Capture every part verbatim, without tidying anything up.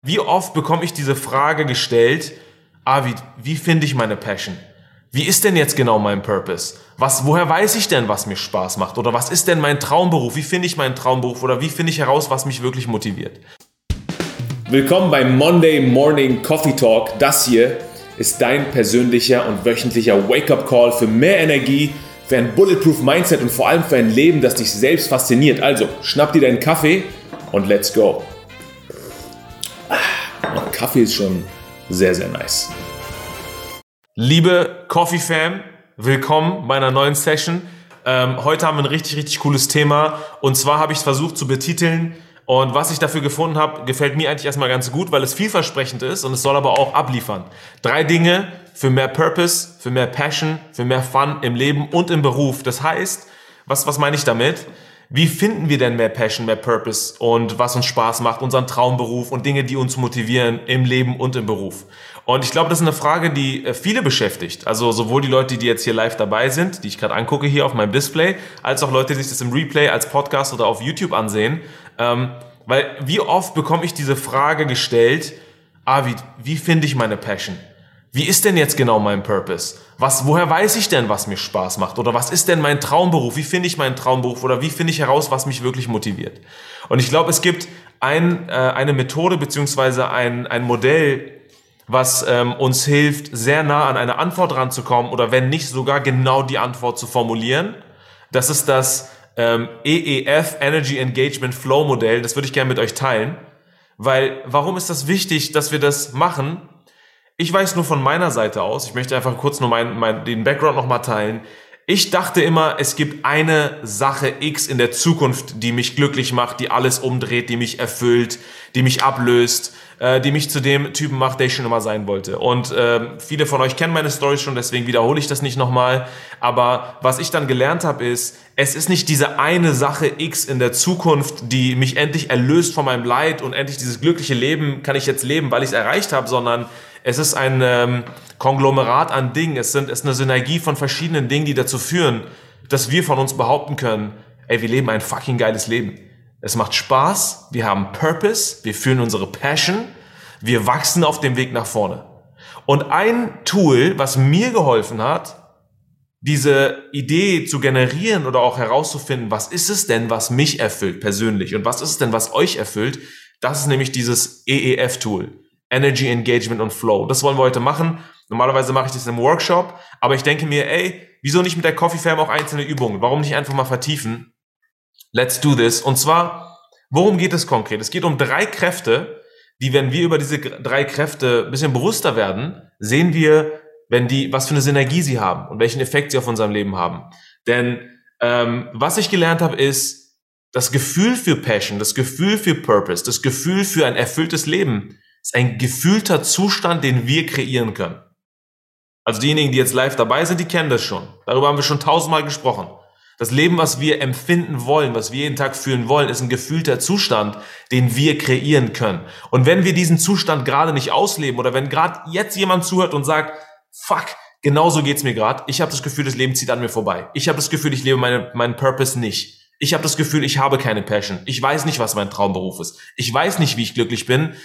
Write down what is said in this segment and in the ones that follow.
Wie oft bekomme ich diese Frage gestellt, ah, wie, wie finde ich meine Passion? Wie ist denn jetzt genau mein Purpose? Was, woher weiß ich denn, was mir Spaß macht? Oder was ist denn mein Traumberuf? Wie finde ich meinen Traumberuf? Oder wie finde ich heraus, was mich wirklich motiviert? Willkommen beim Monday Morning Coffee Talk. Das hier ist dein persönlicher und wöchentlicher Wake-up-Call für mehr Energie, für ein Bulletproof Mindset und vor allem für ein Leben, das dich selbst fasziniert. Also, schnapp dir deinen Kaffee und let's go. Und Kaffee ist schon sehr, sehr nice. Liebe Coffee-Fam, willkommen bei einer neuen Session. Ähm, heute haben wir ein richtig, richtig cooles Thema. Und zwar habe ich es versucht zu betiteln. Und was ich dafür gefunden habe, gefällt mir eigentlich erstmal ganz gut, weil es vielversprechend ist und es soll aber auch abliefern. Drei Dinge für mehr Purpose, für mehr Passion, für mehr Fun im Leben und im Beruf. Das heißt, was, was meine ich damit? Wie finden wir denn mehr Passion, mehr Purpose und was uns Spaß macht, unseren Traumberuf und Dinge, die uns motivieren im Leben und im Beruf? Und ich glaube, das ist eine Frage, die viele beschäftigt. Also sowohl die Leute, die jetzt hier live dabei sind, die ich gerade angucke hier auf meinem Display, als auch Leute, die sich das im Replay als Podcast oder auf YouTube ansehen. Ähm, weil wie oft bekomme ich diese Frage gestellt, ah, wie, wie finde ich meine Passion? Wie ist denn jetzt genau mein Purpose? Was, woher weiß ich denn, was mir Spaß macht? Oder was ist denn mein Traumberuf? Wie finde ich meinen Traumberuf? Oder wie finde ich heraus, was mich wirklich motiviert? Und ich glaube, es gibt ein, äh, eine Methode beziehungsweise ein, ein Modell, was ähm, uns hilft, sehr nah an eine Antwort ranzukommen oder wenn nicht sogar genau die Antwort zu formulieren. Das ist das ähm, E E F, Energy Engagement Flow Modell. Das würde ich gerne mit euch teilen. Weil, warum ist das wichtig, dass wir das machen? Ich weiß nur von meiner Seite aus, ich möchte einfach kurz nur mein, mein, den Background nochmal teilen. Ich dachte immer, es gibt eine Sache X in der Zukunft, die mich glücklich macht, die alles umdreht, die mich erfüllt, die mich ablöst, äh, die mich zu dem Typen macht, der ich schon immer sein wollte. Und äh, viele von euch kennen meine Story schon, deswegen wiederhole ich das nicht nochmal. Aber was ich dann gelernt habe, ist, es ist nicht diese eine Sache X in der Zukunft, die mich endlich erlöst von meinem Leid und endlich dieses glückliche Leben kann ich jetzt leben, weil ich es erreicht habe, sondern es ist ein ähm, Konglomerat an Dingen. Es sind, es ist eine Synergie von verschiedenen Dingen, die dazu führen, dass wir von uns behaupten können, ey, wir leben ein fucking geiles Leben. Es macht Spaß, wir haben Purpose, wir fühlen unsere Passion, wir wachsen auf dem Weg nach vorne. Und ein Tool, was mir geholfen hat, diese Idee zu generieren oder auch herauszufinden, was ist es denn, was mich erfüllt persönlich und was ist es denn, was euch erfüllt, das ist nämlich dieses E E F-Tool. Energy, Engagement und Flow. Das wollen wir heute machen. Normalerweise mache ich das im Workshop, aber ich denke mir, ey, wieso nicht mit der Coffee Fam auch einzelne Übungen? Warum nicht einfach mal vertiefen? Let's do this. Und zwar, worum geht es konkret? Es geht um drei Kräfte, die, wenn wir über diese drei Kräfte ein bisschen bewusster werden, sehen wir, wenn die, was für eine Synergie sie haben und welchen Effekt sie auf unserem Leben haben. Denn ähm, was ich gelernt habe, ist, das Gefühl für Passion, das Gefühl für Purpose, das Gefühl für ein erfülltes Leben ist ein gefühlter Zustand, den wir kreieren können. Also diejenigen, die jetzt live dabei sind, die kennen das schon. Darüber haben wir schon tausendmal gesprochen. Das Leben, was wir empfinden wollen, was wir jeden Tag fühlen wollen, ist ein gefühlter Zustand, den wir kreieren können. Und wenn wir diesen Zustand gerade nicht ausleben oder wenn gerade jetzt jemand zuhört und sagt, fuck, genauso geht's mir gerade, ich habe das Gefühl, das Leben zieht an mir vorbei. Ich habe das Gefühl, ich lebe meine, meinen Purpose nicht. Ich habe das Gefühl, ich habe keine Passion. Ich weiß nicht, was mein Traumberuf ist. Ich weiß nicht, wie ich glücklich bin.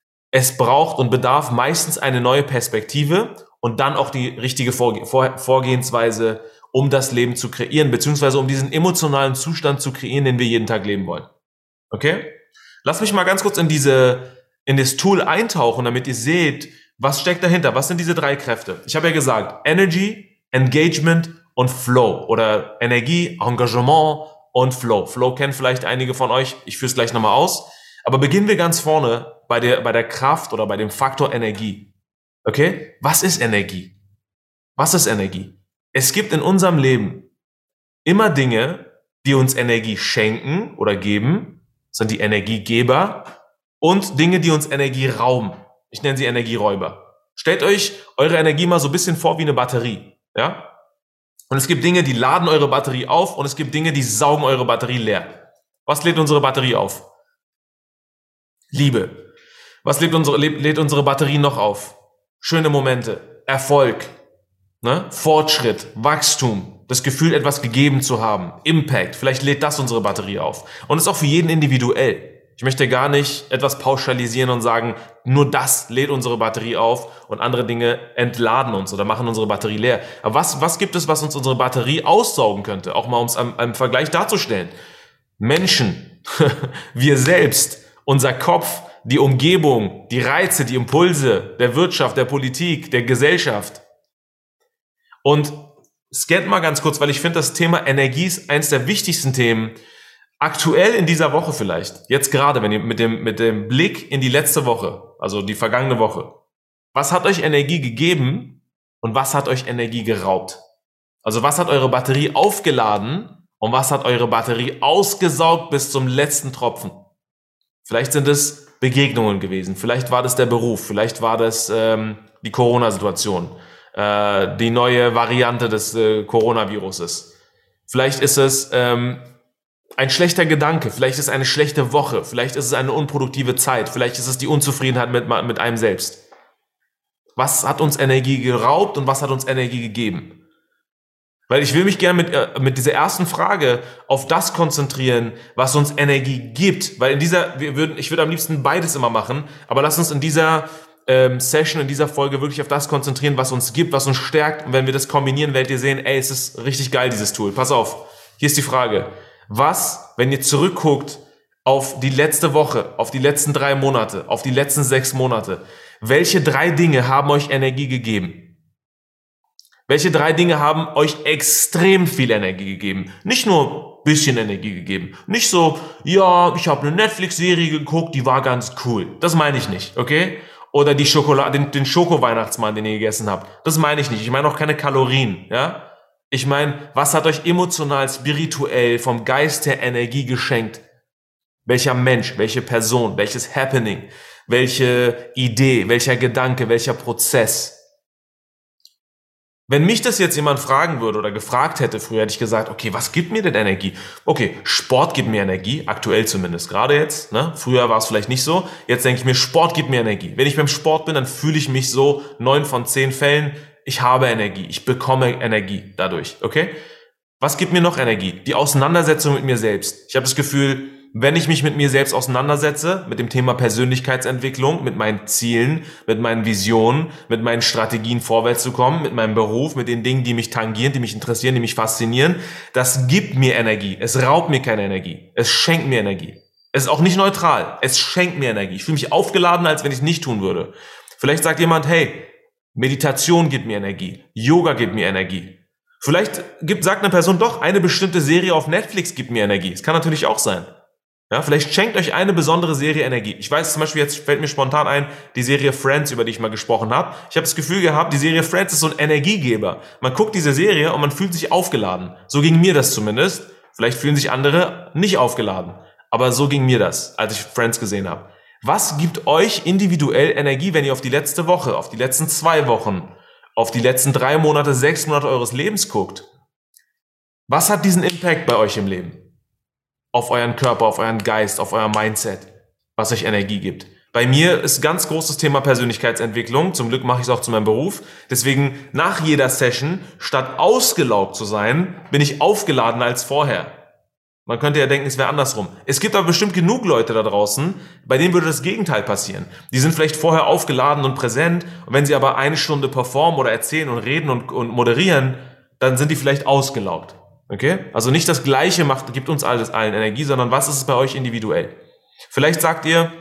Es braucht und bedarf meistens eine neue Perspektive und dann auch die richtige Vorge- Vor- Vorgehensweise, um das Leben zu kreieren, beziehungsweise um diesen emotionalen Zustand zu kreieren, den wir jeden Tag leben wollen. Okay? Lass mich mal ganz kurz in diese, in das Tool eintauchen, damit ihr seht, was steckt dahinter? Was sind diese drei Kräfte? Ich habe ja gesagt, Energy, Engagement und Flow oder Energie, Engagement und Flow. Flow kennen vielleicht einige von euch. Ich führe es gleich nochmal aus. Aber beginnen wir ganz vorne bei der, bei der Kraft oder bei dem Faktor Energie. Okay? Was ist Energie? Was ist Energie? Es gibt in unserem Leben immer Dinge, die uns Energie schenken oder geben, das sind die Energiegeber, und Dinge, die uns Energie rauben. Ich nenne sie Energieräuber. Stellt euch eure Energie mal so ein bisschen vor wie eine Batterie. Ja? Und es gibt Dinge, die laden eure Batterie auf und es gibt Dinge, die saugen eure Batterie leer. Was lädt unsere Batterie auf? Liebe. Was lädt unsere, lädt unsere Batterie noch auf? Schöne Momente, Erfolg, ne? Fortschritt, Wachstum, das Gefühl, etwas gegeben zu haben, Impact. Vielleicht lädt das unsere Batterie auf. Und das ist auch für jeden individuell. Ich möchte gar nicht etwas pauschalisieren und sagen, nur das lädt unsere Batterie auf und andere Dinge entladen uns oder machen unsere Batterie leer. Aber was, was gibt es, was uns unsere Batterie aussaugen könnte? Auch mal um es am, am Vergleich darzustellen. Menschen, wir selbst, unser Kopf, die Umgebung, die Reize, die Impulse der Wirtschaft, der Politik, der Gesellschaft. Und scannt mal ganz kurz, weil ich finde, das Thema Energie ist eines der wichtigsten Themen, aktuell in dieser Woche vielleicht, jetzt gerade, wenn ihr mit dem, mit dem Blick in die letzte Woche, also die vergangene Woche, was hat euch Energie gegeben und was hat euch Energie geraubt? Also was hat eure Batterie aufgeladen und was hat eure Batterie ausgesaugt bis zum letzten Tropfen? Vielleicht sind es Begegnungen gewesen, vielleicht war das der Beruf, vielleicht war das ähm, die Corona-Situation, äh, die neue Variante des äh, Coronaviruses. Vielleicht ist es ähm, ein schlechter Gedanke, vielleicht ist es eine schlechte Woche, vielleicht ist es eine unproduktive Zeit, vielleicht ist es die Unzufriedenheit mit, mit einem selbst. Was hat uns Energie geraubt und was hat uns Energie gegeben? Weil ich will mich gerne mit, äh, mit dieser ersten Frage auf das konzentrieren, was uns Energie gibt. Weil in dieser, wir würden, ich würde am liebsten beides immer machen, aber lass uns in dieser ähm, Session, in dieser Folge wirklich auf das konzentrieren, was uns gibt, was uns stärkt. Und wenn wir das kombinieren, werdet ihr sehen, ey, es ist richtig geil, dieses Tool. Pass auf, hier ist die Frage. Was, wenn ihr zurückguckt auf die letzte Woche, auf die letzten drei Monate, auf die letzten sechs Monate, welche drei Dinge haben euch Energie gegeben? Welche drei Dinge haben euch extrem viel Energie gegeben? Nicht nur ein bisschen Energie gegeben. Nicht so, ja, ich habe eine Netflix-Serie geguckt, die war ganz cool. Das meine ich nicht, okay? Oder die Schokolade, den, den Schoko-Weihnachtsmann, den ihr gegessen habt. Das meine ich nicht. Ich meine auch keine Kalorien, ja? Ich meine, was hat euch emotional, spirituell, vom Geist her Energie geschenkt? Welcher Mensch, welche Person, welches Happening, welche Idee, welcher Gedanke, welcher Prozess? Wenn mich das jetzt jemand fragen würde oder gefragt hätte, früher hätte ich gesagt, okay, was gibt mir denn Energie? Okay, Sport gibt mir Energie, aktuell zumindest, gerade jetzt, ne? Früher war es vielleicht nicht so. Jetzt denke ich mir, Sport gibt mir Energie. Wenn ich beim Sport bin, dann fühle ich mich so, neun von zehn Fällen, ich habe Energie, ich bekomme Energie dadurch, okay? Was gibt mir noch Energie? Die Auseinandersetzung mit mir selbst. Ich habe das Gefühl, wenn ich mich mit mir selbst auseinandersetze, mit dem Thema Persönlichkeitsentwicklung, mit meinen Zielen, mit meinen Visionen, mit meinen Strategien vorwärts zu kommen, mit meinem Beruf, mit den Dingen, die mich tangieren, die mich interessieren, die mich faszinieren, das gibt mir Energie. Es raubt mir keine Energie. Es schenkt mir Energie. Es ist auch nicht neutral. Es schenkt mir Energie. Ich fühle mich aufgeladen, als wenn ich es nicht tun würde. Vielleicht sagt jemand, hey, Meditation gibt mir Energie. Yoga gibt mir Energie. Vielleicht gibt, sagt eine Person, doch, eine bestimmte Serie auf Netflix gibt mir Energie. Das kann natürlich auch sein. Ja, vielleicht schenkt euch eine besondere Serie Energie. Ich weiß zum Beispiel, jetzt fällt mir spontan ein, die Serie Friends, über die ich mal gesprochen habe. Ich habe das Gefühl gehabt, die Serie Friends ist so ein Energiegeber. Man guckt diese Serie und man fühlt sich aufgeladen. So ging mir das zumindest. Vielleicht fühlen sich andere nicht aufgeladen. Aber so ging mir das, als ich Friends gesehen habe. Was gibt euch individuell Energie, wenn ihr auf die letzte Woche, auf die letzten zwei Wochen, auf die letzten drei Monate, sechs Monate eures Lebens guckt? Was hat diesen Impact bei euch im Leben? Auf euren Körper, auf euren Geist, auf euer Mindset, was euch Energie gibt. Bei mir ist ganz großes Thema Persönlichkeitsentwicklung. Zum Glück mache ich es auch zu meinem Beruf. Deswegen nach jeder Session, statt ausgelaugt zu sein, bin ich aufgeladen als vorher. Man könnte ja denken, es wäre andersrum. Es gibt aber bestimmt genug Leute da draußen, bei denen würde das Gegenteil passieren. Die sind vielleicht vorher aufgeladen und präsent und wenn sie aber eine Stunde performen oder erzählen und reden und, und moderieren, dann sind die vielleicht ausgelaugt. Okay? Also nicht das Gleiche macht, gibt uns alles allen Energie, sondern was ist es bei euch individuell? Vielleicht sagt ihr,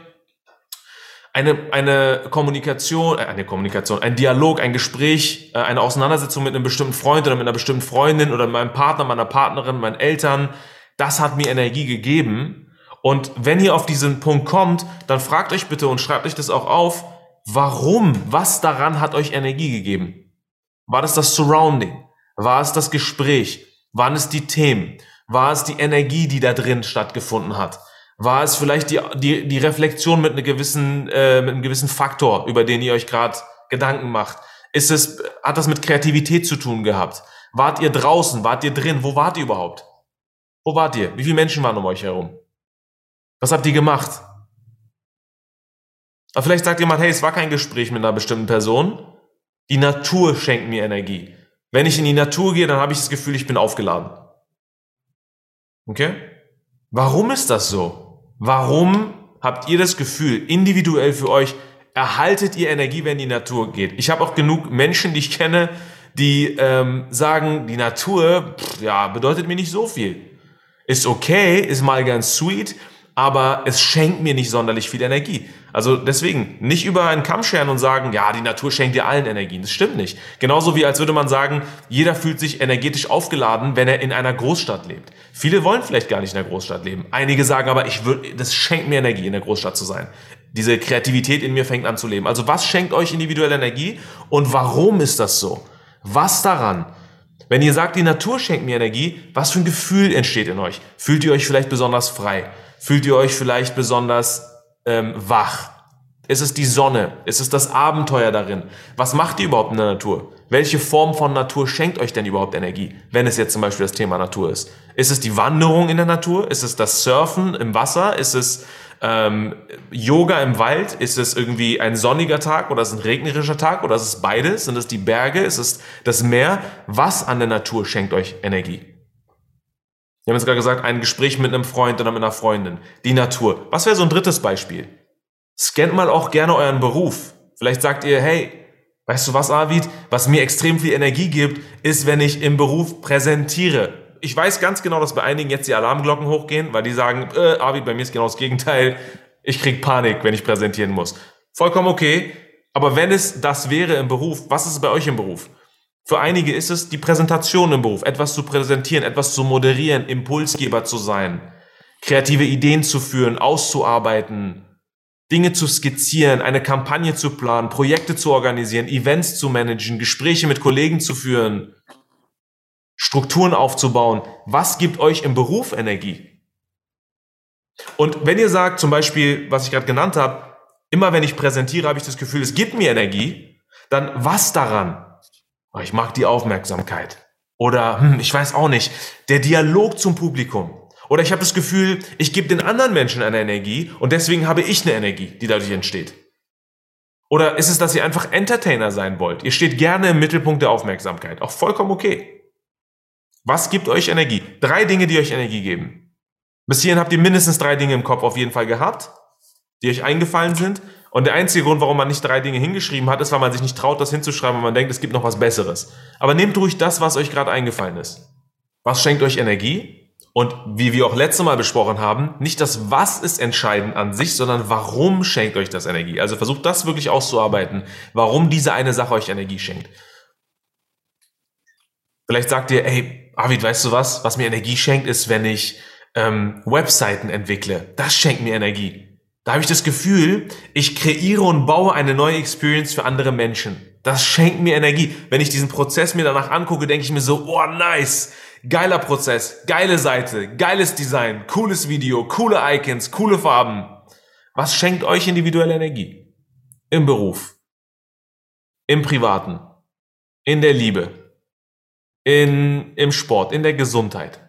eine, eine Kommunikation, äh, eine Kommunikation, ein Dialog, ein Gespräch, äh, eine Auseinandersetzung mit einem bestimmten Freund oder mit einer bestimmten Freundin oder mit meinem Partner, meiner Partnerin, meinen Eltern, das hat mir Energie gegeben. Und wenn ihr auf diesen Punkt kommt, dann fragt euch bitte und schreibt euch das auch auf, warum, was daran hat euch Energie gegeben? War das das Surrounding? War es das Gespräch? Waren es die Themen? War es die Energie, die da drin stattgefunden hat? War es vielleicht die, die, die Reflexion mit, einer gewissen, äh, mit einem gewissen Faktor, über den ihr euch gerade Gedanken macht? Ist es, hat das mit Kreativität zu tun gehabt? Wart ihr draußen? Wart ihr drin? Wo wart ihr überhaupt? Wo wart ihr? Wie viele Menschen waren um euch herum? Was habt ihr gemacht? Aber vielleicht sagt jemand, hey, es war kein Gespräch mit einer bestimmten Person. Die Natur schenkt mir Energie. Wenn ich in die Natur gehe, dann habe ich das Gefühl, ich bin aufgeladen. Okay? Warum ist das so? Warum habt ihr das Gefühl, individuell für euch, erhaltet ihr Energie, wenn die Natur geht? Ich habe auch genug Menschen, die ich kenne, die ähm, sagen, die Natur, pff, ja, bedeutet mir nicht so viel. Ist okay, ist mal ganz sweet, aber es schenkt mir nicht sonderlich viel Energie. Also deswegen, nicht über einen Kamm scheren und sagen, ja, die Natur schenkt dir allen Energien. Das stimmt nicht. Genauso wie als würde man sagen, jeder fühlt sich energetisch aufgeladen, wenn er in einer Großstadt lebt. Viele wollen vielleicht gar nicht in einer Großstadt leben. Einige sagen aber, ich würde, das schenkt mir Energie, in der Großstadt zu sein. Diese Kreativität in mir fängt an zu leben. Also was schenkt euch individuelle Energie und warum ist das so? Was daran? Wenn ihr sagt, die Natur schenkt mir Energie, was für ein Gefühl entsteht in euch? Fühlt ihr euch vielleicht besonders frei? Fühlt ihr euch vielleicht besonders ähm, wach? Ist es die Sonne? Ist es das Abenteuer darin? Was macht ihr überhaupt in der Natur? Welche Form von Natur schenkt euch denn überhaupt Energie, wenn es jetzt zum Beispiel das Thema Natur ist? Ist es die Wanderung in der Natur? Ist es das Surfen im Wasser? Ist es ähm, Yoga im Wald? Ist es irgendwie ein sonniger Tag oder ist es ein regnerischer Tag oder ist es beides? Sind es die Berge? Ist es das Meer? Was an der Natur schenkt euch Energie? Wir haben jetzt gerade gesagt, ein Gespräch mit einem Freund oder mit einer Freundin. Die Natur. Was wäre so ein drittes Beispiel? Scannt mal auch gerne euren Beruf. Vielleicht sagt ihr, hey, weißt du was, Arvid? Was mir extrem viel Energie gibt, ist, wenn ich im Beruf präsentiere. Ich weiß ganz genau, dass bei einigen jetzt die Alarmglocken hochgehen, weil die sagen, äh, Arvid, bei mir ist genau das Gegenteil. Ich krieg Panik, wenn ich präsentieren muss. Vollkommen okay. Aber wenn es das wäre im Beruf, was ist es bei euch im Beruf? Für einige ist es die Präsentation im Beruf, etwas zu präsentieren, etwas zu moderieren, Impulsgeber zu sein, kreative Ideen zu führen, auszuarbeiten, Dinge zu skizzieren, eine Kampagne zu planen, Projekte zu organisieren, Events zu managen, Gespräche mit Kollegen zu führen, Strukturen aufzubauen. Was gibt euch im Beruf Energie? Und wenn ihr sagt, zum Beispiel, was ich gerade genannt habe, immer wenn ich präsentiere, habe ich das Gefühl, es gibt mir Energie, dann was daran? Ich mag die Aufmerksamkeit. Oder, hm, ich weiß auch nicht, der Dialog zum Publikum. Oder ich habe das Gefühl, ich gebe den anderen Menschen eine Energie und deswegen habe ich eine Energie, die dadurch entsteht. Oder ist es, dass ihr einfach Entertainer sein wollt? Ihr steht gerne im Mittelpunkt der Aufmerksamkeit. Auch vollkommen okay. Was gibt euch Energie? Drei Dinge, die euch Energie geben. Bis hierhin habt ihr mindestens drei Dinge im Kopf auf jeden Fall gehabt, die euch eingefallen sind. Und der einzige Grund, warum man nicht drei Dinge hingeschrieben hat, ist, weil man sich nicht traut, das hinzuschreiben, weil man denkt, es gibt noch was Besseres. Aber nehmt ruhig das, was euch gerade eingefallen ist. Was schenkt euch Energie? Und wie wir auch letztes Mal besprochen haben, nicht das Was ist entscheidend an sich, sondern warum schenkt euch das Energie? Also versucht das wirklich auszuarbeiten, warum diese eine Sache euch Energie schenkt. Vielleicht sagt ihr, ey, Arvid, weißt du was? Was mir Energie schenkt, ist, wenn ich ähm, Webseiten entwickle. Das schenkt mir Energie. Da habe ich das Gefühl, ich kreiere und baue eine neue Experience für andere Menschen. Das schenkt mir Energie. Wenn ich diesen Prozess mir danach angucke, denke ich mir so, oh nice, geiler Prozess, geile Seite, geiles Design, cooles Video, coole Icons, coole Farben. Was schenkt euch individuelle Energie? Im Beruf, im Privaten, in der Liebe, in, im Sport, in der Gesundheit.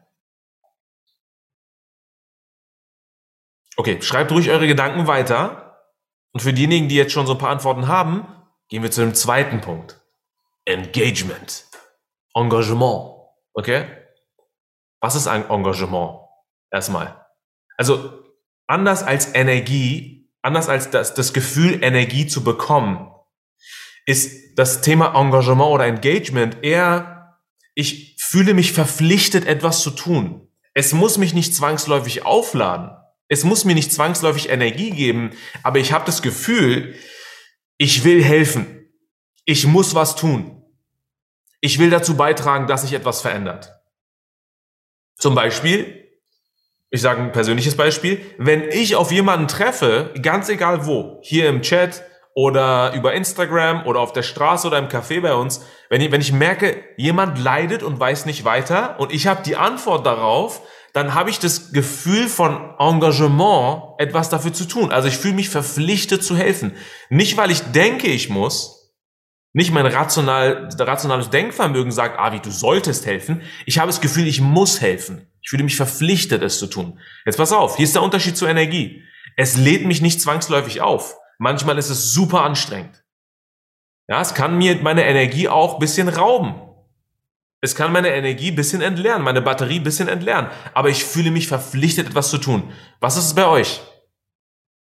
Okay, schreibt ruhig eure Gedanken weiter. Und für diejenigen, die jetzt schon so ein paar Antworten haben, gehen wir zu dem zweiten Punkt. Engagement. Engagement. Okay? Was ist ein Engagement? Erstmal. Also, anders als Energie, anders als das, das Gefühl, Energie zu bekommen, ist das Thema Engagement oder Engagement eher, ich fühle mich verpflichtet, etwas zu tun. Es muss mich nicht zwangsläufig aufladen. Es muss mir nicht zwangsläufig Energie geben, aber ich habe das Gefühl, ich will helfen. Ich muss was tun. Ich will dazu beitragen, dass sich etwas verändert. Zum Beispiel, ich sage ein persönliches Beispiel, wenn ich auf jemanden treffe, ganz egal wo, hier im Chat oder über Instagram oder auf der Straße oder im Café bei uns, wenn ich, wenn ich merke, jemand leidet und weiß nicht weiter und ich habe die Antwort darauf, dann habe ich das Gefühl von Engagement, etwas dafür zu tun. Also ich fühle mich verpflichtet zu helfen. Nicht, weil ich denke, ich muss, nicht mein rational, rationales Denkvermögen sagt, ah, wie du solltest helfen. Ich habe das Gefühl, ich muss helfen. Ich fühle mich verpflichtet, es zu tun. Jetzt pass auf, hier ist der Unterschied zur Energie. Es lädt mich nicht zwangsläufig auf. Manchmal ist es super anstrengend. Ja, es kann mir meine Energie auch ein bisschen rauben. Es kann meine Energie ein bisschen entleeren, meine Batterie ein bisschen entleeren. Aber ich fühle mich verpflichtet, etwas zu tun. Was ist es bei euch?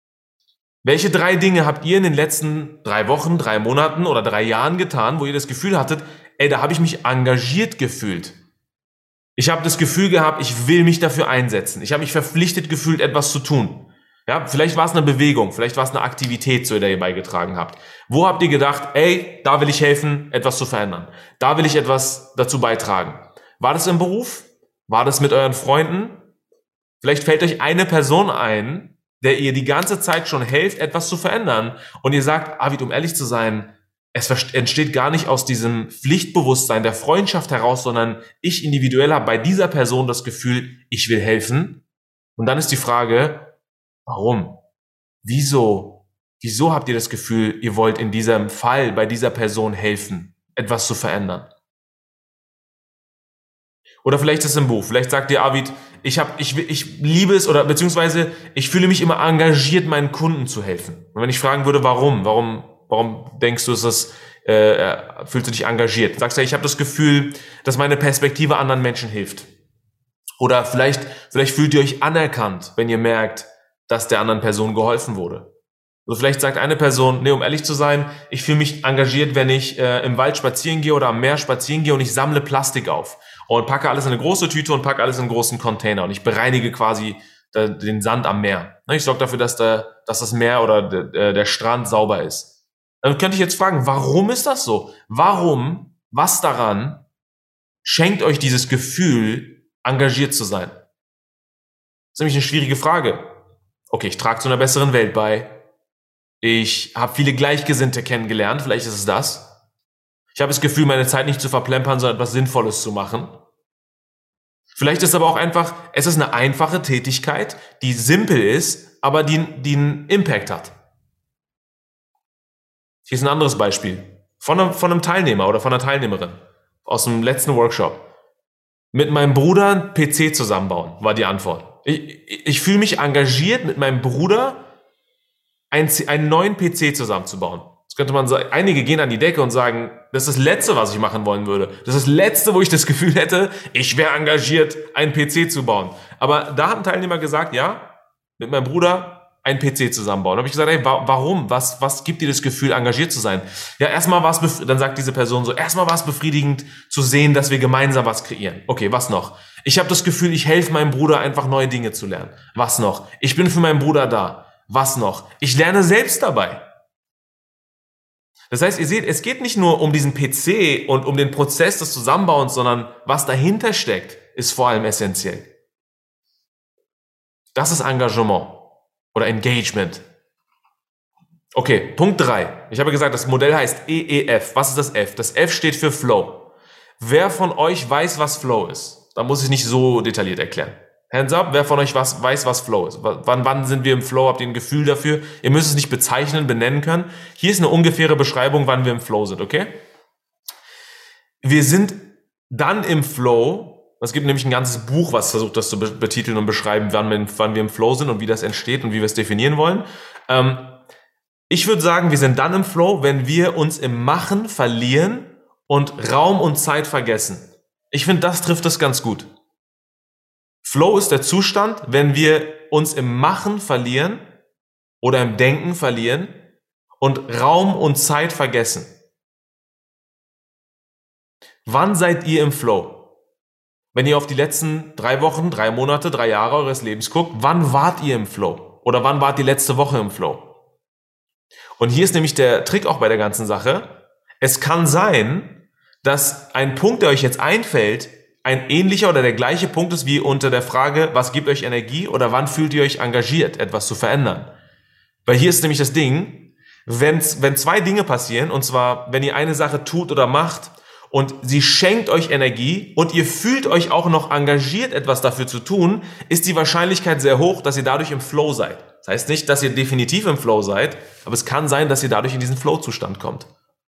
Welche drei Dinge habt ihr in den letzten drei Wochen, drei Monaten oder drei Jahren getan, wo ihr das Gefühl hattet, ey, da habe ich mich engagiert gefühlt. Ich habe das Gefühl gehabt, ich will mich dafür einsetzen. Ich habe mich verpflichtet gefühlt, etwas zu tun. Ja, vielleicht war es eine Bewegung, vielleicht war es eine Aktivität, zu der ihr beigetragen habt. Wo habt ihr gedacht, ey, da will ich helfen, etwas zu verändern. Da will ich etwas dazu beitragen. War das im Beruf? War das mit euren Freunden? Vielleicht fällt euch eine Person ein, der ihr die ganze Zeit schon helft, etwas zu verändern. Und ihr sagt, Avid, um ehrlich zu sein, es entsteht gar nicht aus diesem Pflichtbewusstsein der Freundschaft heraus, sondern ich individuell habe bei dieser Person das Gefühl, ich will helfen. Und dann ist die Frage, warum? Wieso? Wieso habt ihr das Gefühl, ihr wollt in diesem Fall bei dieser Person helfen, etwas zu verändern? Oder vielleicht ist es im Buch. Vielleicht sagt ihr, Avid, ich, hab, ich, ich liebe es oder beziehungsweise ich fühle mich immer engagiert, meinen Kunden zu helfen. Und wenn ich fragen würde, warum? Warum, warum denkst du, ist das, äh, fühlst du dich engagiert? Sagst du, ich habe das Gefühl, dass meine Perspektive anderen Menschen hilft. Oder vielleicht, vielleicht fühlt ihr euch anerkannt, wenn ihr merkt, dass der anderen Person geholfen wurde. Oder vielleicht sagt eine Person, nee, um ehrlich zu sein, ich fühle mich engagiert, wenn ich äh, im Wald spazieren gehe oder am Meer spazieren gehe und ich sammle Plastik auf. Und packe alles in eine große Tüte und packe alles in einen großen Container. Und ich bereinige quasi den Sand am Meer. Ich sorge dafür, dass, der, dass das Meer oder der, der Strand sauber ist. Dann könnte ich jetzt fragen, warum ist das so? Warum, was daran schenkt euch dieses Gefühl, engagiert zu sein? Das ist nämlich eine schwierige Frage. Okay, ich trage zu einer besseren Welt bei. Ich habe viele Gleichgesinnte kennengelernt. Vielleicht ist es das. Ich habe das Gefühl, meine Zeit nicht zu verplempern, sondern etwas Sinnvolles zu machen. Vielleicht ist es aber auch einfach, es ist eine einfache Tätigkeit, die simpel ist, aber die, die einen Impact hat. Hier ist ein anderes Beispiel. Von einem, von einem Teilnehmer oder von einer Teilnehmerin aus dem letzten Workshop. Mit meinem Bruder einen P C zusammenbauen, war die Antwort. Ich, ich, ich fühle mich engagiert, mit meinem Bruder einen, einen neuen P C zusammenzubauen. Das könnte man sagen, einige gehen an die Decke und sagen, das ist das Letzte, was ich machen wollen würde. Das ist das Letzte, wo ich das Gefühl hätte, ich wäre engagiert, einen P C zu bauen. Aber da hat ein Teilnehmer gesagt, ja, mit meinem Bruder einen P C zusammenbauen. Da habe ich gesagt, ey, warum? Was, was gibt dir das Gefühl, engagiert zu sein? Ja, erstmal war es, dann sagt diese Person so, erstmal war es befriedigend zu sehen, dass wir gemeinsam was kreieren. Okay, was noch? Ich habe das Gefühl, ich helfe meinem Bruder einfach neue Dinge zu lernen. Was noch? Ich bin für meinen Bruder da. Was noch? Ich lerne selbst dabei. Das heißt, ihr seht, es geht nicht nur um diesen P C und um den Prozess des Zusammenbauens, sondern was dahinter steckt, ist vor allem essentiell. Das ist Engagement oder Engagement. Okay, Punkt drei. Ich habe gesagt, das Modell heißt E E F. Was ist das F? Das F steht für Flow. Wer von euch weiß, was Flow ist? Da muss ich nicht so detailliert erklären. Hands up, wer von euch was, weiß, was Flow ist? Wann, wann sind wir im Flow? Habt ihr ein Gefühl dafür? Ihr müsst es nicht bezeichnen, benennen können. Hier ist eine ungefähre Beschreibung, wann wir im Flow sind, okay? Wir sind dann im Flow. Es gibt nämlich ein ganzes Buch, was versucht, das zu betiteln und beschreiben, wann wir, wann wir im Flow sind und wie das entsteht und wie wir es definieren wollen. Ähm, ich würde sagen, wir sind dann im Flow, wenn wir uns im Machen verlieren und Raum und Zeit vergessen. Ich finde, das trifft es ganz gut. Flow ist der Zustand, wenn wir uns im Machen verlieren oder im Denken verlieren und Raum und Zeit vergessen. Wann seid ihr im Flow? Wenn ihr auf die letzten drei Wochen, drei Monate, drei Jahre eures Lebens guckt, wann wart ihr im Flow? Oder wann wart ihr letzte Woche im Flow? Und hier ist nämlich der Trick auch bei der ganzen Sache. Es kann sein, dass ein Punkt, der euch jetzt einfällt, ein ähnlicher oder der gleiche Punkt ist wie unter der Frage, was gibt euch Energie oder wann fühlt ihr euch engagiert, etwas zu verändern? Weil hier ist nämlich das Ding, wenn's, wenn zwei Dinge passieren, und zwar, wenn ihr eine Sache tut oder macht und sie schenkt euch Energie und ihr fühlt euch auch noch engagiert, etwas dafür zu tun, ist die Wahrscheinlichkeit sehr hoch, dass ihr dadurch im Flow seid. Das heißt nicht, dass ihr definitiv im Flow seid, aber es kann sein, dass ihr dadurch in diesen Flow-Zustand kommt.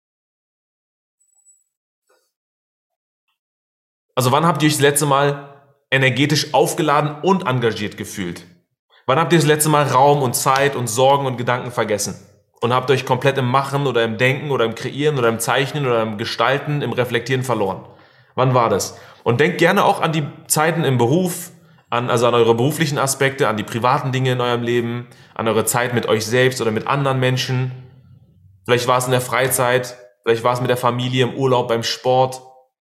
Also wann habt ihr euch das letzte Mal energetisch aufgeladen und engagiert gefühlt? Wann habt ihr das letzte Mal Raum und Zeit und Sorgen und Gedanken vergessen? Und habt euch komplett im Machen oder im Denken oder im Kreieren oder im Zeichnen oder im Gestalten, im Reflektieren verloren? Wann war das? Und denkt gerne auch an die Zeiten im Beruf, An, also an eure beruflichen Aspekte, an die privaten Dinge in eurem Leben, an eure Zeit mit euch selbst oder mit anderen Menschen. Vielleicht war es in der Freizeit, vielleicht war es mit der Familie, im Urlaub, beim Sport.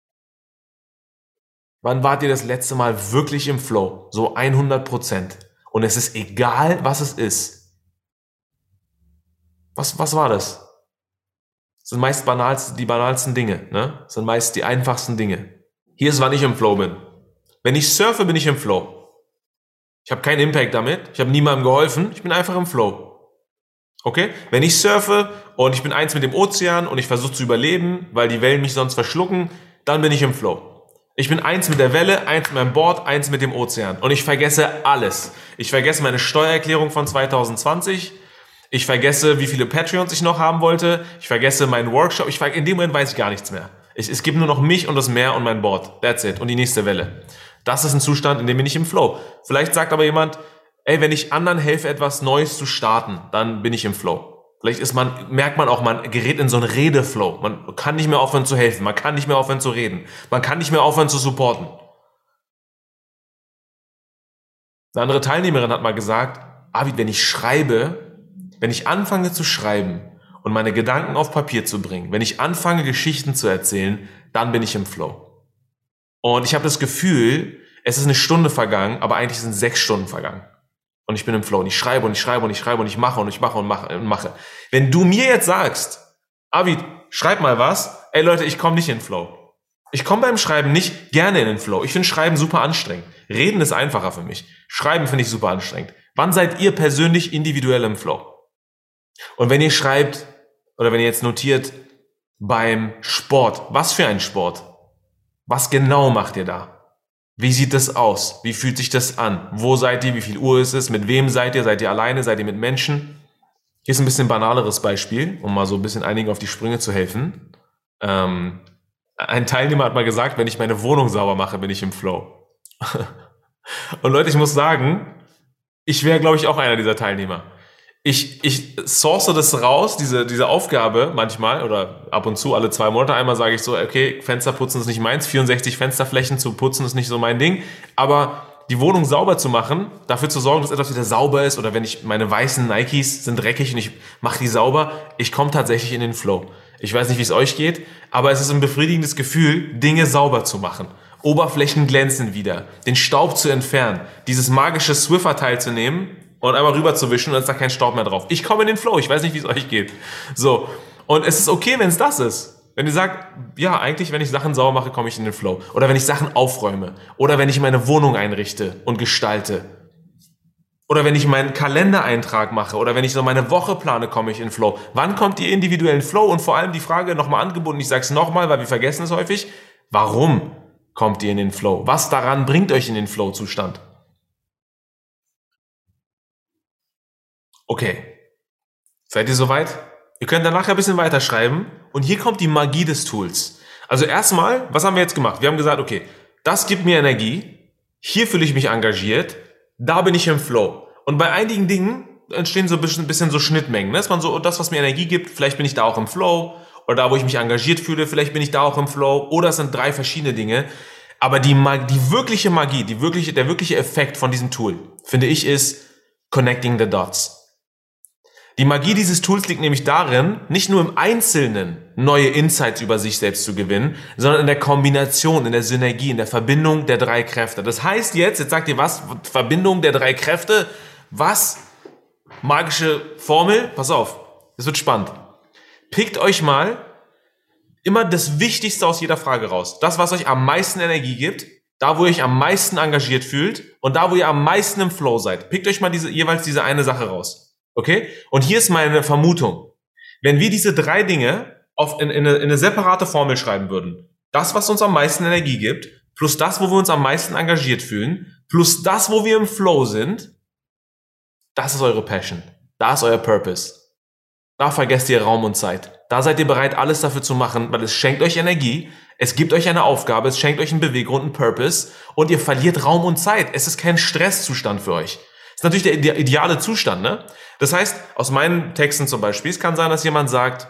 Wann wart ihr das letzte Mal wirklich im Flow? So hundert Prozent. Und es ist egal, was es ist. Was, was war das? Das sind meist banalsten, die banalsten Dinge, ne? Das sind meist die einfachsten Dinge. Hier ist, wann ich im Flow bin. Wenn ich surfe, bin ich im Flow. Ich habe keinen Impact damit. Ich habe niemandem geholfen. Ich bin einfach im Flow. Okay? Wenn ich surfe und ich bin eins mit dem Ozean und ich versuche zu überleben, weil die Wellen mich sonst verschlucken, dann bin ich im Flow. Ich bin eins mit der Welle, eins mit meinem Board, eins mit dem Ozean. Und ich vergesse alles. Ich vergesse meine Steuererklärung von zwanzig zwanzig. Ich vergesse, wie viele Patreons ich noch haben wollte. Ich vergesse meinen Workshop. Ich ver- in dem Moment weiß ich gar nichts mehr. Ich, es gibt nur noch mich und das Meer und mein Board. That's it. Und die nächste Welle. Das ist ein Zustand, in dem bin ich im Flow. Vielleicht sagt aber jemand, ey, wenn ich anderen helfe, etwas Neues zu starten, dann bin ich im Flow. Vielleicht ist man, merkt man auch, man gerät in so einen Redeflow. Man kann nicht mehr aufhören zu helfen. Man kann nicht mehr aufhören zu reden. Man kann nicht mehr aufhören zu supporten. Eine andere Teilnehmerin hat mal gesagt, Arvid, wenn ich schreibe, wenn ich anfange zu schreiben und meine Gedanken auf Papier zu bringen, wenn ich anfange, Geschichten zu erzählen, dann bin ich im Flow. Und ich habe das Gefühl, es ist eine Stunde vergangen, aber eigentlich sind sechs Stunden vergangen. Und ich bin im Flow und ich schreibe und ich schreibe und ich schreibe und ich mache und ich mache und mache und mache. Wenn du mir jetzt sagst, Arvid, schreib mal was, ey Leute, ich komme nicht in den Flow. Ich komme beim Schreiben nicht gerne in den Flow. Ich finde Schreiben super anstrengend. Reden ist einfacher für mich. Schreiben finde ich super anstrengend. Wann seid ihr persönlich individuell im Flow? Und wenn ihr schreibt oder wenn ihr jetzt notiert beim Sport, was für ein Sport? Was genau macht ihr da? Wie sieht das aus? Wie fühlt sich das an? Wo seid ihr? Wie viel Uhr ist es? Mit wem seid ihr? Seid ihr alleine? Seid ihr mit Menschen? Hier ist ein bisschen banaleres Beispiel, um mal so ein bisschen einigen auf die Sprünge zu helfen. Ähm, ein Teilnehmer hat mal gesagt, wenn ich meine Wohnung sauber mache, bin ich im Flow. Und Leute, ich muss sagen, ich wäre, glaube ich, auch einer dieser Teilnehmer. Ich, ich source das raus, diese, diese Aufgabe manchmal oder ab und zu, alle zwei Monate einmal sage ich so, okay, Fenster putzen ist nicht meins, vierundsechzig Fensterflächen zu putzen ist nicht so mein Ding, aber die Wohnung sauber zu machen, dafür zu sorgen, dass etwas wieder sauber ist oder wenn ich, meine weißen Nikes sind dreckig und ich mache die sauber, ich komme tatsächlich in den Flow. Ich weiß nicht, wie es euch geht, aber es ist ein befriedigendes Gefühl, Dinge sauber zu machen. Oberflächen glänzen wieder, den Staub zu entfernen, dieses magische Swiffer-Teil zu nehmen und einmal rüberzuwischen und dann ist da kein Staub mehr drauf. Ich komme in den Flow, ich weiß nicht, wie es euch geht. So, und es ist okay, wenn es das ist. Wenn ihr sagt, ja, eigentlich, wenn ich Sachen sauber mache, komme ich in den Flow. Oder wenn ich Sachen aufräume. Oder wenn ich meine Wohnung einrichte und gestalte. Oder wenn ich meinen Kalendereintrag mache. Oder wenn ich so meine Woche plane, komme ich in den Flow. Wann kommt ihr individuellen Flow? Und vor allem die Frage nochmal angebunden, ich sage es nochmal, weil wir vergessen es häufig. Warum kommt ihr in den Flow? Was daran bringt euch in den Flow-Zustand? Okay, seid ihr soweit? Ihr könnt dann nachher ein bisschen weiterschreiben und hier kommt die Magie des Tools. Also erstmal, was haben wir jetzt gemacht? Wir haben gesagt, okay, das gibt mir Energie, hier fühle ich mich engagiert, da bin ich im Flow. Und bei einigen Dingen entstehen so ein bisschen, bisschen so Schnittmengen. Ne? Dass man so, das, was mir Energie gibt, vielleicht bin ich da auch im Flow oder da, wo ich mich engagiert fühle, vielleicht bin ich da auch im Flow oder es sind drei verschiedene Dinge. Aber die, Mag- die wirkliche Magie, die wirkliche, der wirkliche Effekt von diesem Tool, finde ich, ist Connecting the Dots. Die Magie dieses Tools liegt nämlich darin, nicht nur im Einzelnen neue Insights über sich selbst zu gewinnen, sondern in der Kombination, in der Synergie, in der Verbindung der drei Kräfte. Das heißt jetzt, jetzt sagt ihr was, Verbindung der drei Kräfte, was? Magische Formel? Pass auf, das wird spannend. Pickt euch mal immer das Wichtigste aus jeder Frage raus. Das, was euch am meisten Energie gibt, da, wo ihr euch am meisten engagiert fühlt und da, wo ihr am meisten im Flow seid. Pickt euch mal diese, jeweils diese eine Sache raus. Okay? Und hier ist meine Vermutung. Wenn wir diese drei Dinge auf, in, in, eine, in eine separate Formel schreiben würden, das, was uns am meisten Energie gibt, plus das, wo wir uns am meisten engagiert fühlen, plus das, wo wir im Flow sind, das ist eure Passion. Da ist euer Purpose. Da vergesst ihr Raum und Zeit. Da seid ihr bereit, alles dafür zu machen, weil es schenkt euch Energie, es gibt euch eine Aufgabe, es schenkt euch einen Beweggrund, einen Purpose und ihr verliert Raum und Zeit. Es ist kein Stresszustand für euch. Das ist natürlich der ideale Zustand, ne? Das heißt, aus meinen Texten zum Beispiel, es kann sein, dass jemand sagt,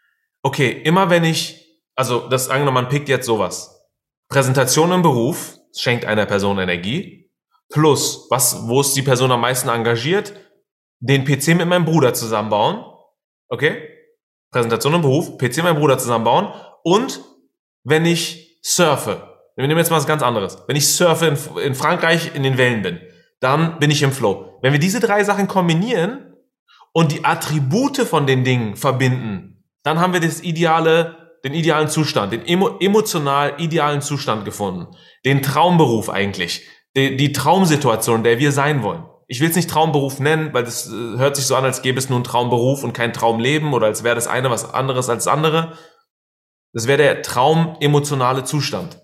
okay, immer wenn ich, also das angenommen, man pickt jetzt sowas, Präsentation im Beruf, schenkt einer Person Energie, plus, was, wo ist die Person am meisten engagiert, den P C mit meinem Bruder zusammenbauen, okay, Präsentation im Beruf, P C mit meinem Bruder zusammenbauen und wenn ich surfe, wir nehmen jetzt mal was ganz anderes, wenn ich surfe in, in Frankreich in den Wellen bin, dann bin ich im Flow. Wenn wir diese drei Sachen kombinieren und die Attribute von den Dingen verbinden, dann haben wir das ideale, den idealen Zustand, den emo, emotional idealen Zustand gefunden. Den Traumberuf eigentlich, die, die Traumsituation, in der wir sein wollen. Ich will es nicht Traumberuf nennen, weil das äh, hört sich so an, als gäbe es nur einen Traumberuf und kein Traumleben oder als wäre das eine was anderes als das andere. Das wäre der traumemotionale Zustand.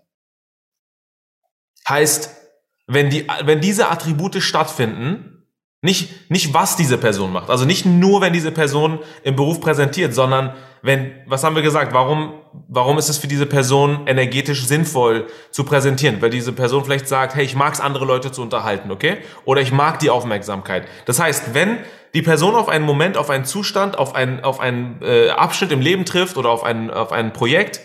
Heißt, wenn die, wenn diese Attribute stattfinden, nicht, nicht was diese Person macht, also nicht nur, wenn diese Person im Beruf präsentiert, sondern wenn, was haben wir gesagt, warum, warum ist es für diese Person energetisch sinnvoll zu präsentieren? Weil diese Person vielleicht sagt, hey, ich mag es, andere Leute zu unterhalten, okay? Oder ich mag die Aufmerksamkeit. Das heißt, wenn die Person auf einen Moment, auf einen Zustand, auf einen, auf einen äh, Abschnitt im Leben trifft oder auf ein, auf ein Projekt,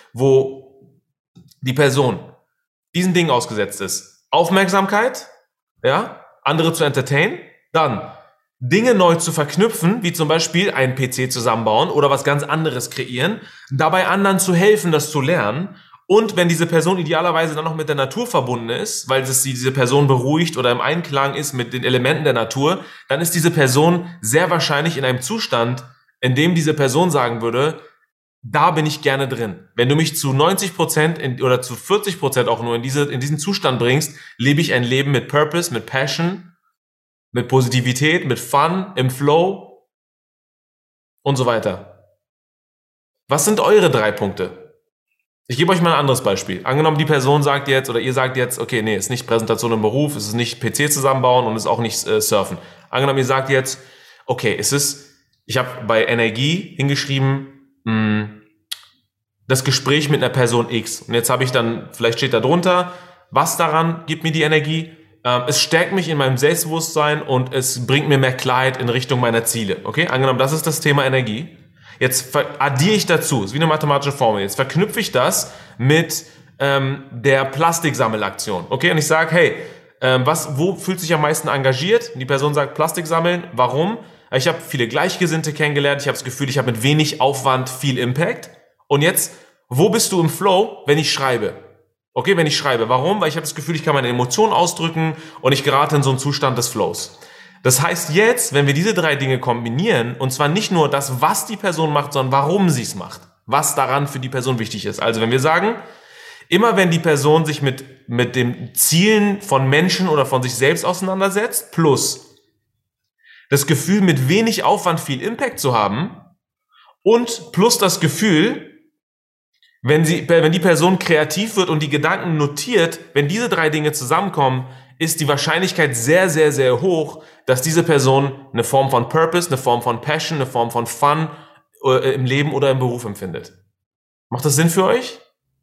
wo die Person diesen Dingen ausgesetzt ist, Aufmerksamkeit, ja, andere zu entertainen, dann Dinge neu zu verknüpfen, wie zum Beispiel einen P C zusammenbauen oder was ganz anderes kreieren, dabei anderen zu helfen, das zu lernen. Und wenn diese Person idealerweise dann noch mit der Natur verbunden ist, weil es diese Person beruhigt oder im Einklang ist mit den Elementen der Natur, dann ist diese Person sehr wahrscheinlich in einem Zustand, in dem diese Person sagen würde, da bin ich gerne drin. Wenn du mich zu neunzig Prozent in, oder zu vierzig Prozent auch nur in, diese, in diesen Zustand bringst, lebe ich ein Leben mit Purpose, mit Passion, mit Positivität, mit Fun, im Flow und so weiter. Was sind eure drei Punkte? Ich gebe euch mal ein anderes Beispiel. Angenommen, die Person sagt jetzt oder ihr sagt jetzt, okay, nee, es ist nicht Präsentation im Beruf, es ist nicht P C zusammenbauen und es ist auch nicht äh, Surfen. Angenommen, ihr sagt jetzt, okay, es ist, ich habe bei Energie hingeschrieben, mh, das Gespräch mit einer Person X. Und jetzt habe ich dann, vielleicht steht da drunter, was daran gibt mir die Energie? Ähm, es stärkt mich in meinem Selbstbewusstsein und es bringt mir mehr Klarheit in Richtung meiner Ziele. Okay, angenommen, das ist das Thema Energie. Jetzt addiere ich dazu, ist wie eine mathematische Formel, jetzt verknüpfe ich das mit ähm, der Plastiksammelaktion. Okay, und ich sage, hey, ähm, was, wo fühlt sich am meisten engagiert? Und die Person sagt, Plastik sammeln. Warum? Ich habe viele Gleichgesinnte kennengelernt, ich habe das Gefühl, ich habe mit wenig Aufwand viel Impact. Und jetzt, wo bist du im Flow, wenn ich schreibe? Okay, wenn ich schreibe. Warum? Weil ich habe das Gefühl, ich kann meine Emotionen ausdrücken und ich gerate in so einen Zustand des Flows. Das heißt jetzt, wenn wir diese drei Dinge kombinieren, und zwar nicht nur das, was die Person macht, sondern warum sie es macht, was daran für die Person wichtig ist. Also wenn wir sagen, immer wenn die Person sich mit, mit den Zielen von Menschen oder von sich selbst auseinandersetzt, plus das Gefühl, mit wenig Aufwand viel Impact zu haben und plus das Gefühl, wenn sie, wenn die Person kreativ wird und die Gedanken notiert, wenn diese drei Dinge zusammenkommen, ist die Wahrscheinlichkeit sehr, sehr, sehr hoch, dass diese Person eine Form von Purpose, eine Form von Passion, eine Form von Fun äh, im Leben oder im Beruf empfindet. Macht das Sinn für euch?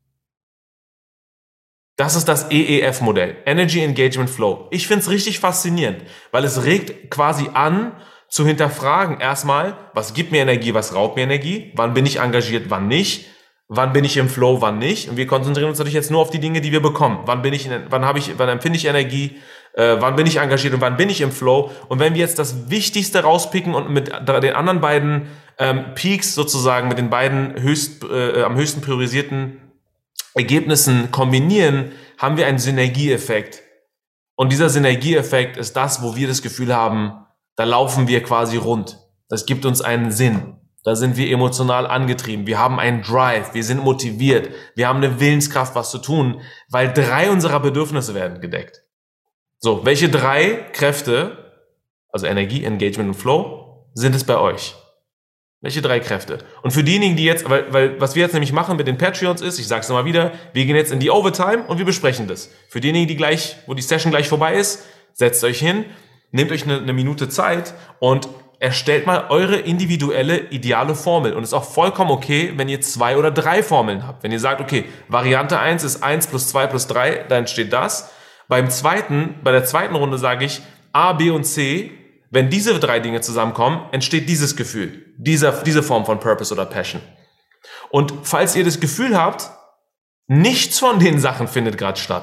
Das ist das E E F-Modell, Energy Engagement Flow. Ich finde es richtig faszinierend, weil es regt quasi an, zu hinterfragen erstmal, was gibt mir Energie, was raubt mir Energie, wann bin ich engagiert, wann nicht, wann bin ich im Flow, wann nicht. Und wir konzentrieren uns natürlich jetzt nur auf die Dinge, die wir bekommen. Wann bin ich, in, wann habe ich, wann empfinde ich Energie, äh, wann bin ich engagiert und wann bin ich im Flow. Und wenn wir jetzt das Wichtigste rauspicken und mit den anderen beiden ähm, Peaks sozusagen, mit den beiden höchst, äh, am höchsten priorisierten Ergebnissen kombinieren, haben wir einen Synergieeffekt. Und dieser Synergieeffekt ist das, wo wir das Gefühl haben, da laufen wir quasi rund. Das gibt uns einen Sinn. Da sind wir emotional angetrieben. Wir haben einen Drive. Wir sind motiviert. Wir haben eine Willenskraft, was zu tun, weil drei unserer Bedürfnisse werden gedeckt. So, welche drei Kräfte, also Energie, Engagement und Flow, sind es bei euch? Welche drei Kräfte? Und für diejenigen, die jetzt, weil, weil was wir jetzt nämlich machen mit den Patreons ist, ich sage es nochmal wieder, wir gehen jetzt in die Overtime und wir besprechen das. Für diejenigen, die gleich, wo die Session gleich vorbei ist, setzt euch hin, nehmt euch eine, eine Minute Zeit und erstellt mal eure individuelle, ideale Formel. Und es ist auch vollkommen okay, wenn ihr zwei oder drei Formeln habt. Wenn ihr sagt, okay, Variante eins ist eins plus zwei plus drei, dann steht das. Beim zweiten, bei der zweiten Runde sage ich A, B und C. Wenn diese drei Dinge zusammenkommen, entsteht dieses Gefühl, diese, diese Form von Purpose oder Passion. Und falls ihr das Gefühl habt, nichts von den Sachen findet gerade statt,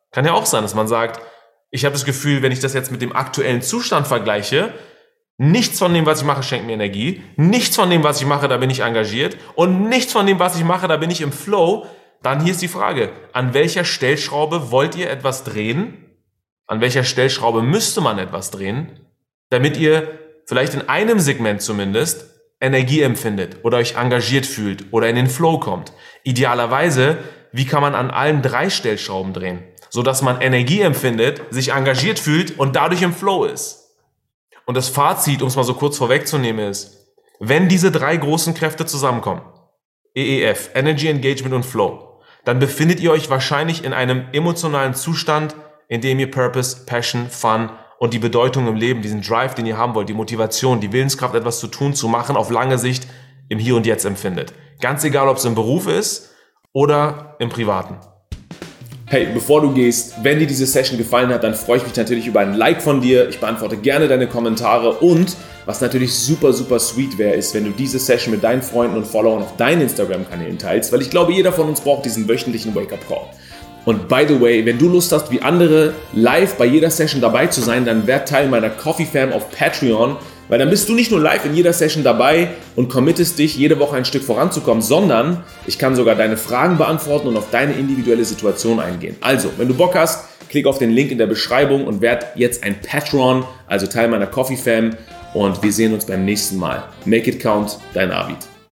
Kann ja auch sein, dass man sagt, ich habe das Gefühl, wenn ich das jetzt mit dem aktuellen Zustand vergleiche, nichts von dem, was ich mache, schenkt mir Energie, nichts von dem, was ich mache, da bin ich engagiert und nichts von dem, was ich mache, da bin ich im Flow. Dann hier ist die Frage, an welcher Stellschraube wollt ihr etwas drehen? An welcher Stellschraube müsste man etwas drehen, damit ihr vielleicht in einem Segment zumindest Energie empfindet oder euch engagiert fühlt oder in den Flow kommt? Idealerweise, wie kann man an allen drei Stellschrauben drehen, sodass man Energie empfindet, sich engagiert fühlt und dadurch im Flow ist? Und das Fazit, um es mal so kurz vorwegzunehmen, ist, wenn diese drei großen Kräfte zusammenkommen, E E F, Energy, Engagement und Flow, dann befindet ihr euch wahrscheinlich in einem emotionalen Zustand, in dem ihr Purpose, Passion, Fun und die Bedeutung im Leben, diesen Drive, den ihr haben wollt, die Motivation, die Willenskraft, etwas zu tun, zu machen, auf lange Sicht im Hier und Jetzt empfindet. Ganz egal, ob es im Beruf ist oder im Privaten. Hey, bevor du gehst, wenn dir diese Session gefallen hat, dann freue ich mich natürlich über ein Like von dir. Ich beantworte gerne deine Kommentare und was natürlich super, super sweet wäre, ist, wenn du diese Session mit deinen Freunden und Followern auf deinen Instagram-Kanälen teilst, weil ich glaube, jeder von uns braucht diesen wöchentlichen Wake-up-Call. Und by the way, wenn du Lust hast, wie andere live bei jeder Session dabei zu sein, dann werd Teil meiner Coffee Fam auf Patreon, weil dann bist du nicht nur live in jeder Session dabei und committest dich, jede Woche ein Stück voranzukommen, sondern ich kann sogar deine Fragen beantworten und auf deine individuelle Situation eingehen. Also, wenn du Bock hast, klick auf den Link in der Beschreibung und werd jetzt ein Patron, also Teil meiner Coffee Fam, und wir sehen uns beim nächsten Mal. Make it count, dein Arvid.